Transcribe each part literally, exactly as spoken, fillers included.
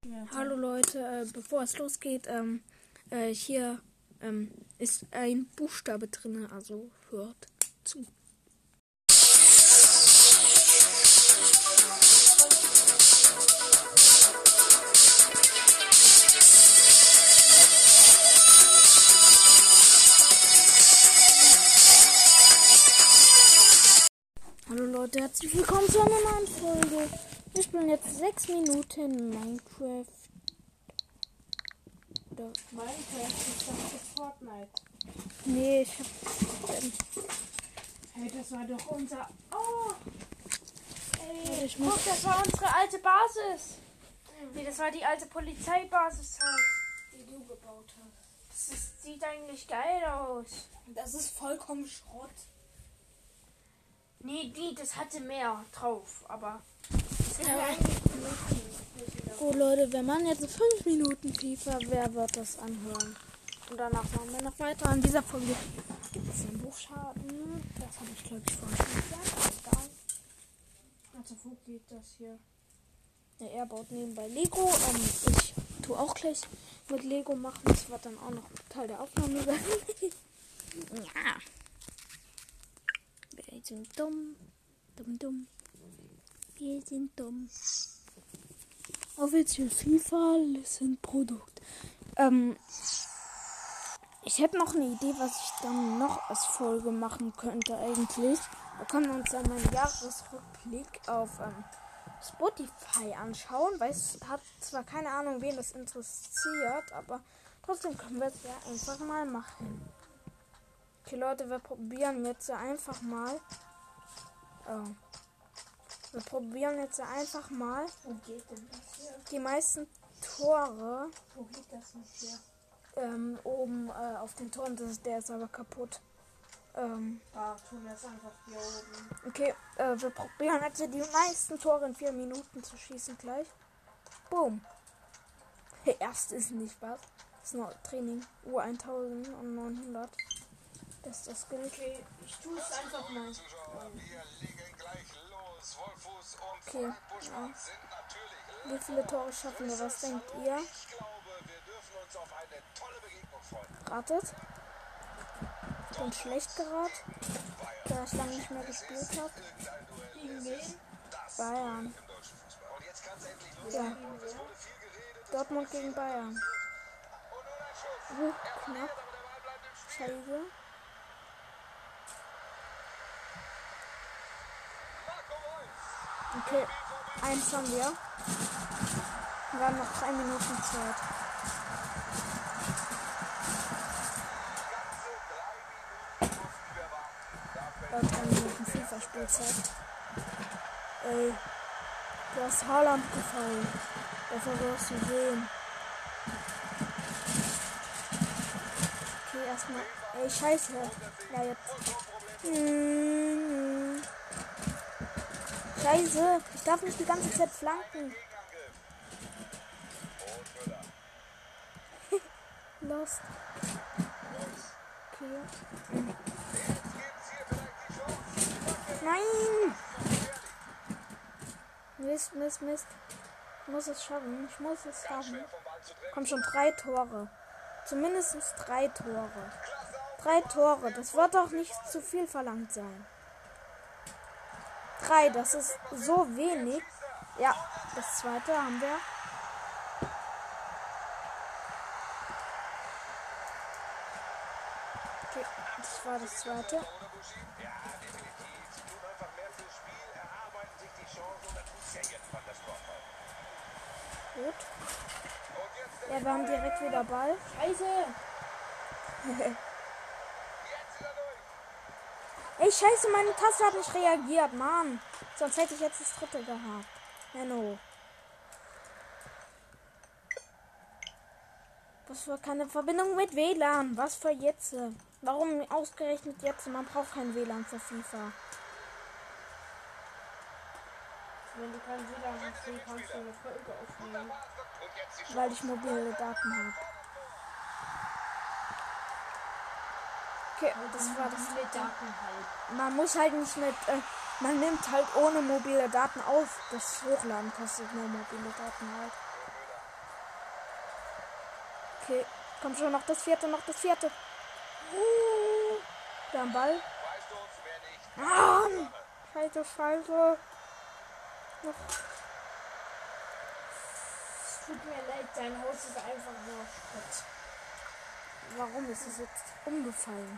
Ja, hallo Leute, äh, bevor es losgeht, ähm, äh, hier ähm, ist ein Buchstabe drin, also hört zu. Hallo Leute, herzlich willkommen zu einer neuen Folge. Wir spielen jetzt sechs Minuten Minecraft. Oder Minecraft ist doch für Fortnite. Nee, ich hab. Ähm, hey, das war doch unser. Oh! Ey, ich guck, muss- das war unsere alte Basis. Nee, das war die alte Polizeibasis halt, die du gebaut hast. Das ist, sieht eigentlich geil aus. Das ist vollkommen Schrott. Nee, die, das hatte mehr drauf, aber das kann ja eigentlich Gut, Leute, wenn man jetzt fünf Minuten FIFA, wer wird das anhören? Und danach machen wir noch weiter. An dieser Folge gibt es einen Buchstaben. Das habe ich, glaube ich, vorhin schon gesagt. Also, wo geht das hier? Ja, er baut nebenbei Lego. Ähm, ich tue auch gleich mit Lego machen. Das wird dann auch noch Teil der Aufnahme sein. Ja. Wir sind dumm. Dumm, dumm. Wir sind dumm. Offiziell FIFA, listen Produkt. Ähm, ich hätte noch eine Idee, was ich dann noch als Folge machen könnte eigentlich. Da können wir uns dann meinen Jahresrückblick auf ähm, Spotify anschauen, weil es hat zwar keine Ahnung, wen das interessiert, aber trotzdem können wir es ja einfach mal machen. Okay Leute, wir probieren jetzt einfach mal. Oh. Wir probieren jetzt einfach mal Wo geht denn das hier? die meisten Tore. Wo geht das nicht hier? Ähm, oben äh, auf den Toren, das ist, der ist aber kaputt. Ähm, Ah, tun wir es einfach hier oben. okay, äh, wir probieren jetzt die meisten Tore in vier Minuten zu schießen gleich. Boom. Der erste ist nicht was. Das ist nur Training. U neunzehnhundert. Das ist das Skill. Okay, ich tue es einfach mal. Okay, ja. Wie viele Tore schaffen wir? Was denkt ihr? Ratet. Ich bin schlecht geraten, da ich lange nicht mehr gespielt habe. Gegen wen? Bayern. Ja. Dortmund gegen Bayern. Uh, knapp. Scheiße. Okay, eins haben wir. Wir haben noch drei Minuten Zeit. Äh, drei Minuten FIFA-Spielzeit. Ey, du hast Haaland gefallen. Dafür wirst du sehen. Okay, erstmal. Ey, scheiße. Ja, jetzt. Mhm. Scheiße. Ich darf nicht die ganze Zeit flanken. Lost. Okay. Nein! Mist, Mist, Mist. Ich muss es schaffen. Ich muss es schaffen. Komm schon, drei Tore. Zumindest drei Tore. Drei Tore. Das wird doch nicht zu viel verlangt sein. Drei, das ist so wenig. Ja, das zweite haben wir. Okay, das war das zweite. Gut. Ja, wir haben direkt wieder Ball. Scheiße! Ey, scheiße, meine Taste hat nicht reagiert, Mann. Sonst hätte ich jetzt das dritte gehabt. Menno. Was für keine Verbindung mit W L A N? Was für jetzt? Warum ausgerechnet jetzt? Man braucht kein W L A N für FIFA. Wenn du keinen W L A N hast, dann kannst du eine Folge aufnehmen. Weil ich mobile Daten habe. Okay, das war das Mit Daten halt. Man muss halt nicht mit, äh, man nimmt halt ohne mobile Daten auf. Das Hochladen kostet nur mobile Daten halt. Okay, kommt schon noch das vierte, noch das vierte. Uh, der am Ball. Ah, scheiße, scheiße. Noch. Es tut mir leid, dein Haus ist einfach nur Schrott. Warum ist es jetzt umgefallen?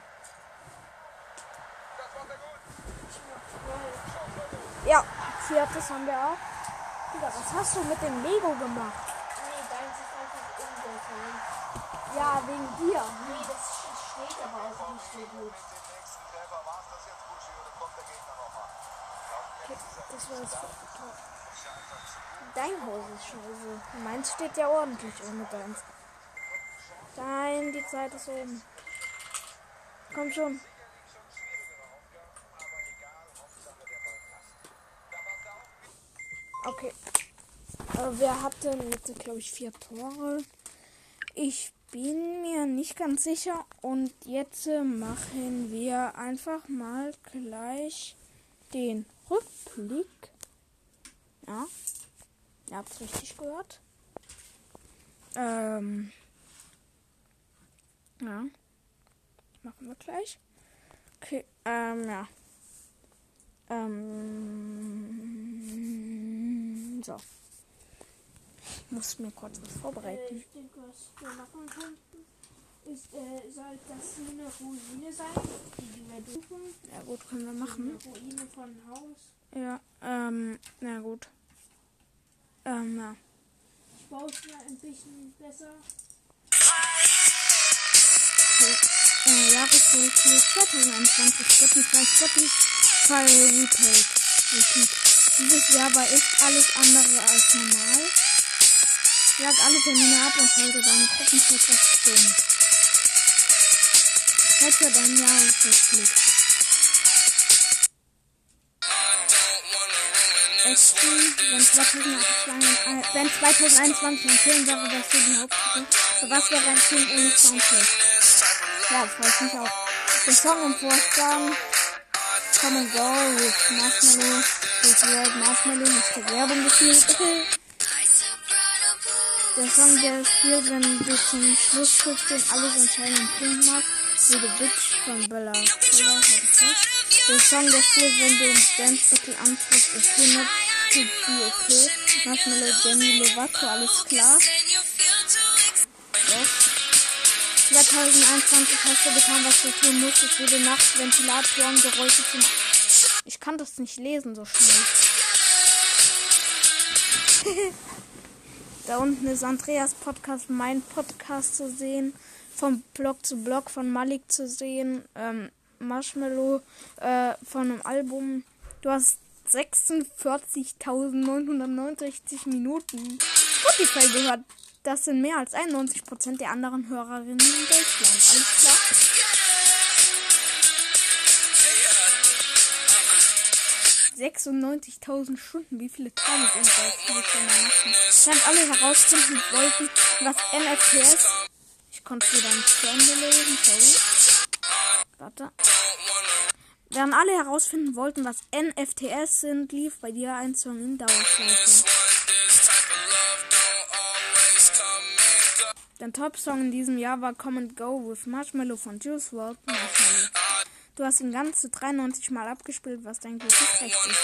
Ja, viertes haben wir auch. Digga, was hast du mit dem Lego gemacht? Nee, deins ist einfach umgefallen. Ja, wegen dir. Nee, das steht aber auch nicht so gut. Okay, das war jetzt dein Haus ist scheiße. Meins steht ja ordentlich ohne deins. Nein, die Zeit ist oben. Komm schon. Okay. Äh, wer hatte Mitte, glaube ich, vier Tore? Ich bin mir nicht ganz sicher. Und jetzt äh, machen wir einfach mal gleich den Rückblick. Ja. Ihr habt es richtig gehört. Ähm. Ja. Machen wir gleich. Okay, ähm, ja. Ähm. So. Ich muss mir kurz was vorbereiten. Äh, ich denke, was wir machen könnten, ist, äh, soll das eine Ruine sein, die wir suchen. Ja gut, können wir machen. Eine Ruine von Haus. Ja, ähm, na gut. Ähm, ja. Ich baue es mal ein bisschen besser. Okay. Äh, Jahresrückblick zwanzig einundzwanzig, Spotify, Spotify Repeat. Repeat. Dieses Jahr war echt alles andere als normal. Jag alle Termine ab und halte deine Gruppenchat auf stumm. Zeit für deinen Jahresrückblick. Action, wenn zweitausendeinundzwanzig, wenn zweitausendeinundzwanzig ein Film wäre, was für die Hauptsache. Für was wäre ein Film ohne Soundtrack? Ja, das freut mich auch. Der Song im Vorspann Come and Go with Marshmallow. Das Wort Marshmallow ist der Werbung gespielt. Der Song, der spielt, wenn du zum Schluss guckst, den alles entscheidenden Punkt machst, wie The Bitch von Bella. Bella der Song, der spielt, wenn du ins Dance Battle antrittst, ist hier not to be okay. Marshmallow, Demi Lovato, alles klar. Yes. zwanzig einundzwanzig hast du getan, was du tun musstest. Jede Nacht Ventilatoren, Geräusche zum... Ich kann das nicht lesen so schnell. Da unten ist Andreas Podcast, mein Podcast zu sehen. Vom Blog zu Blog von Malik zu sehen. Ähm, Marshmallow äh, von einem Album. Du hast sechsundvierzigtausendneunhundertneunundsechzig Minuten Spotify gehört. Das sind mehr als einundneunzig Prozent der anderen Hörerinnen in Deutschland. Alles klar? sechsundneunzigtausend Stunden. Wie viele Tage sind das? Kann ich denn mal machen? Während alle herausfinden wollten, was N F T ist. Ich konnte es wieder nicht zu Ende lesen. Sorry. Warte. Während alle herausfinden wollten, was N F T S sind, lief bei dir ein Song in Dauerschleife. Dein Top-Song in diesem Jahr war Come and Go with Marshmallow von Juice world. Marshmallow. Du hast ihn ganze dreiundneunzig Mal abgespielt, was dein glückliches Recht ist.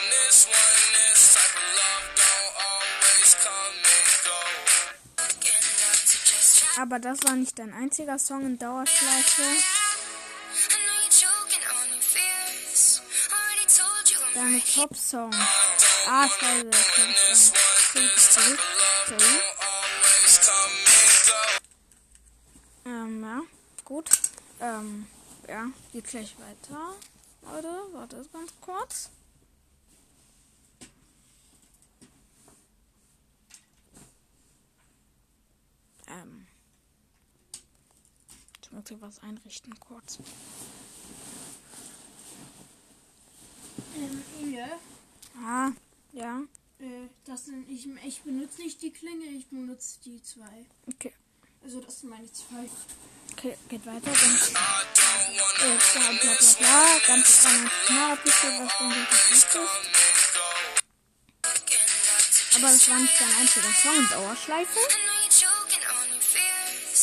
Aber das war nicht dein einziger Song in Dauerschleife. Deine Top-Songs. Ah, scheiße, das hab ich dann. Sorry. Sorry. Ähm, ja, gut. Ähm, ja, geht gleich weiter. Leute, warte ganz kurz. Ähm, ich muss hier was einrichten, kurz. Ähm, Emil? Ah, ja. Äh, das sind, ich, ich benutze nicht die Klinge, ich benutze die zwei. Okay. Also das sind meine zwei. Okay, geht weiter. Dann, äh, bla bla bla bla. Ganz dreiundneunzig Mal abgespielt, was dann wirklich ist. Aber das war nicht dein einziger Song in Dauerschleife.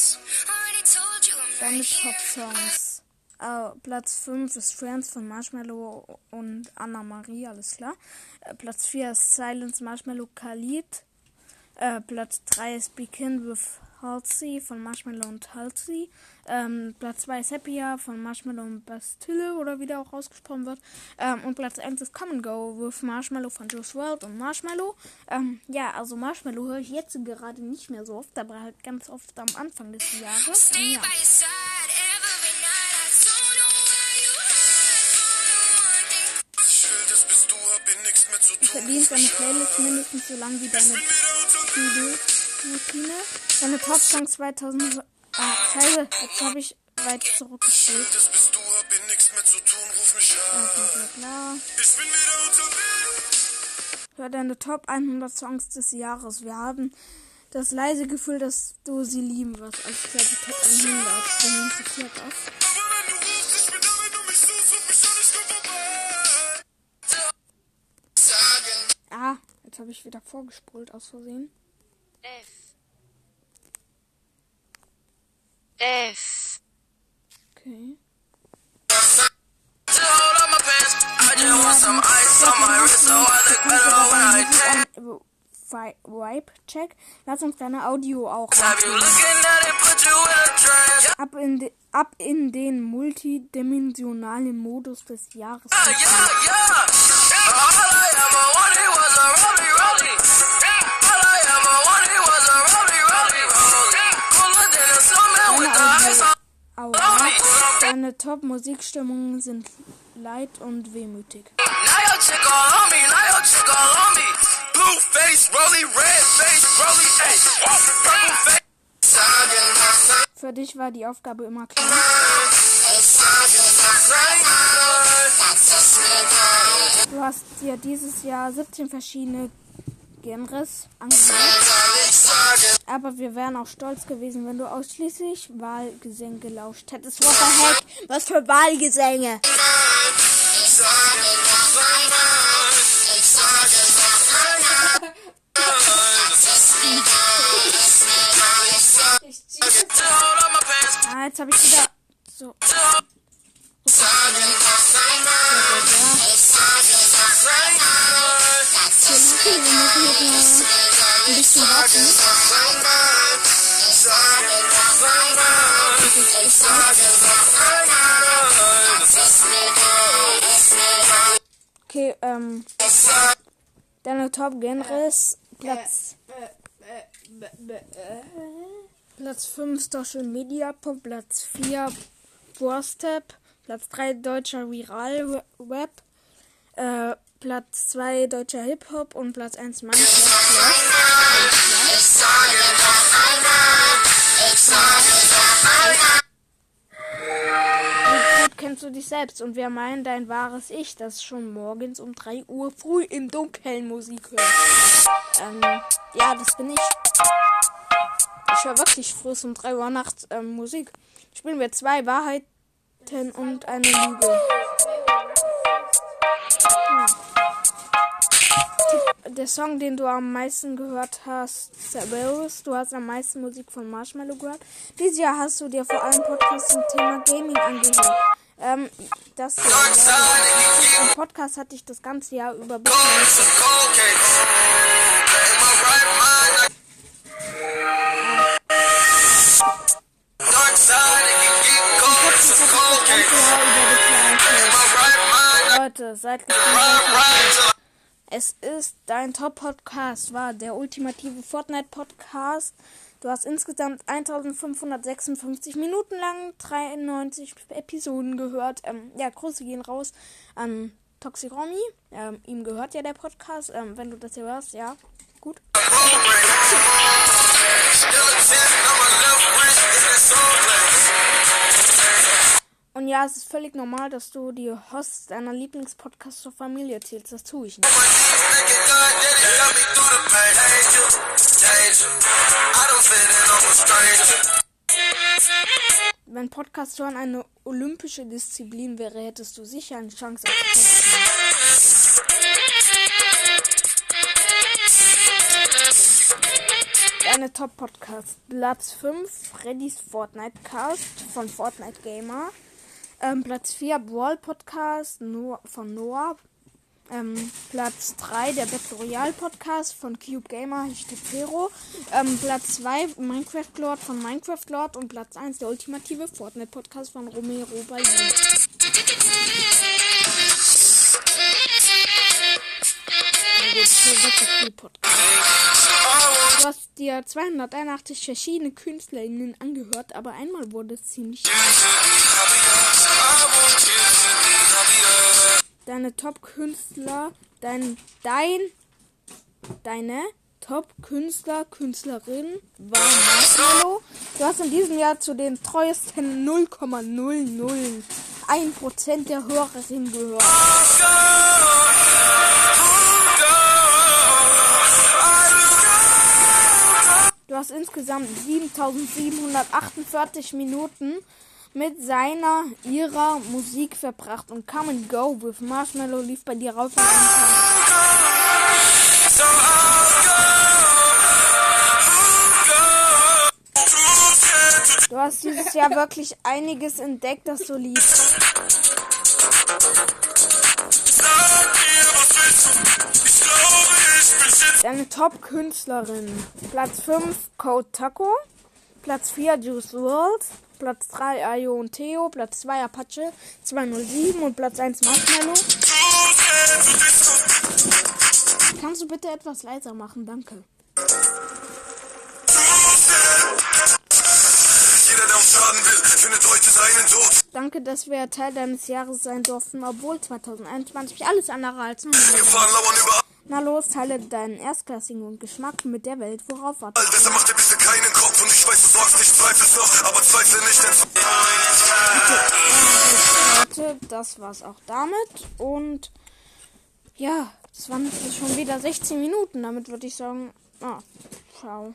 deine Top-Songs. Uh, Platz fünf ist Friends von Marshmello und Anna Marie, alles klar. Uh, Platz vier ist Silence, Marshmello, Khalid. Uh, Platz drei ist Begin with Halsey von Marshmello und Halsey. Um, Platz zwei ist Happier von Marshmello und Bastille, oder wie der auch ausgesprochen wird. Um, und Platz eins ist Come and Go with Marshmello von Juice world und Marshmello. Um, ja, also Marshmello höre ich jetzt gerade nicht mehr so oft, aber halt ganz oft am Anfang des Jahres. Und ja. Du verdienst deine Playlist mindestens so lang wie deine Routine. Deine Top-Songs zweitausend... Ah, scheiße, jetzt habe ich weit zurückgespielt. Bla, bla, bla. Hör deine Top hundert Songs des Jahres. Wir haben das leise Gefühl, dass du sie lieben wirst. Also ich glaube, die Top hundert. Den interessiert das. Ah, jetzt habe ich wieder vorgespult aus Versehen. F. F. Okay. Vibe-Check. Lass uns deine Audio auch machen. Ab in, de, ab in den multidimensionalen Modus des Jahres. Deine Top-Musikstimmungen sind leid und wehmütig. Für dich war die Aufgabe immer klar. Du hast dir dieses Jahr siebzehn verschiedene Genres angehört. Aber wir wären auch stolz gewesen, wenn du ausschließlich Wahlgesänge gelauscht hättest. What the heck? Was für Wahlgesänge? Ah, jetzt habe ich wieder so. so wir müssen jetzt mal ein bisschen warten. Okay, ähm. Deine Top-Genres. Platz. Platz fünf Social Media Pop. Platz vier Doorstep. Platz drei deutscher Viral Rap. Äh. Platz zwei deutscher Hip-Hop und Platz eins Minecraft. Wie gut kennst du dich selbst und wer meint dein wahres Ich, das schon morgens um drei Uhr früh im Dunkeln Musik hört? Ähm, ja, das bin ich. Ich höre wirklich früh um drei Uhr nachts ähm, Musik. Spielen wir zwei Wahrheiten und eine Lüge. Ja. Der Song, den du am meisten gehört hast, Cerberus. Du hast am meisten Musik von Marshmello gehört. Dieses Jahr hast du dir vor allem Podcasts zum Thema Gaming angehört. Ähm, das Jahr, ja, im Podcast hatte ich das ganze Jahr über begleitet. Leute, seid gespannt. Es ist dein Top-Podcast, war der ultimative Fortnite-Podcast. Du hast insgesamt eintausendfünfhundertsechsundfünfzig Minuten lang dreiundneunzig Episoden gehört. Ähm, ja, Grüße gehen raus an Toxic Romy. Ähm, ihm gehört ja der Podcast. Ähm, wenn du das hier hörst, ja, gut. Und ja, es ist völlig normal, dass du die Hosts deiner Lieblingspodcasts zur Familie zählst. Das tue ich nicht. Wenn Podcast hören eine olympische Disziplin wäre, hättest du sicher eine Chance auf die deine Top-Podcasts. Platz fünf, Freddy's Fortnite Cast von Fortnite Gamer. Ähm, Platz vier, Brawl Podcast Noah, von Noah. Ähm, Platz drei, der Battle Royale Podcast von Cube Gamer, Hashtag Zero. Ähm, Platz zwei, Minecraft Lord von Minecraft Lord. Und Platz eins, der ultimative Fortnite Podcast von Romero bei Jung. Du hast dir zweihunderteinundachtzig verschiedene KünstlerInnen angehört, aber einmal wurde es ziemlich schwierig. Deine Top-Künstler, dein, dein, deine Top-Künstler, Künstlerin war Marshmallow. Du hast in diesem Jahr zu den treuesten null Komma null null eins Prozent der Hörerinnen gehört. Du hast insgesamt siebentausendsiebenhundertachtundvierzig Minuten mit seiner, ihrer Musik verbracht und Come and Go with Marshmallow lief bei dir rauf und runter. Du hast dieses Jahr wirklich einiges entdeckt, das so lief. Deine Top-Künstlerin. Platz fünf, Code Taco. Platz vier, Juice world. Platz drei, Ayo und Theo. Platz zwei, Apache zweihundertsieben. Und Platz eins, Marshmallow. Kannst du bitte etwas leiser machen? Danke. Jeder, der uns schaden will, findet heute seinen Tod. Danke, dass wir Teil deines Jahres sein durften, obwohl zweitausendeinundzwanzig alles andere als normal war. Na los, teile deinen erstklassigen Geschmack mit der Welt, worauf wartet ihr? Deshalb mach dir bitte keinen Kopf und ich weiß, du sorgst nicht, zweifelst noch, aber zweifle nicht, denn... Leute, das war's auch damit und ja, das waren schon wieder sechzehn Minuten, damit würde ich sagen, ah, ciao.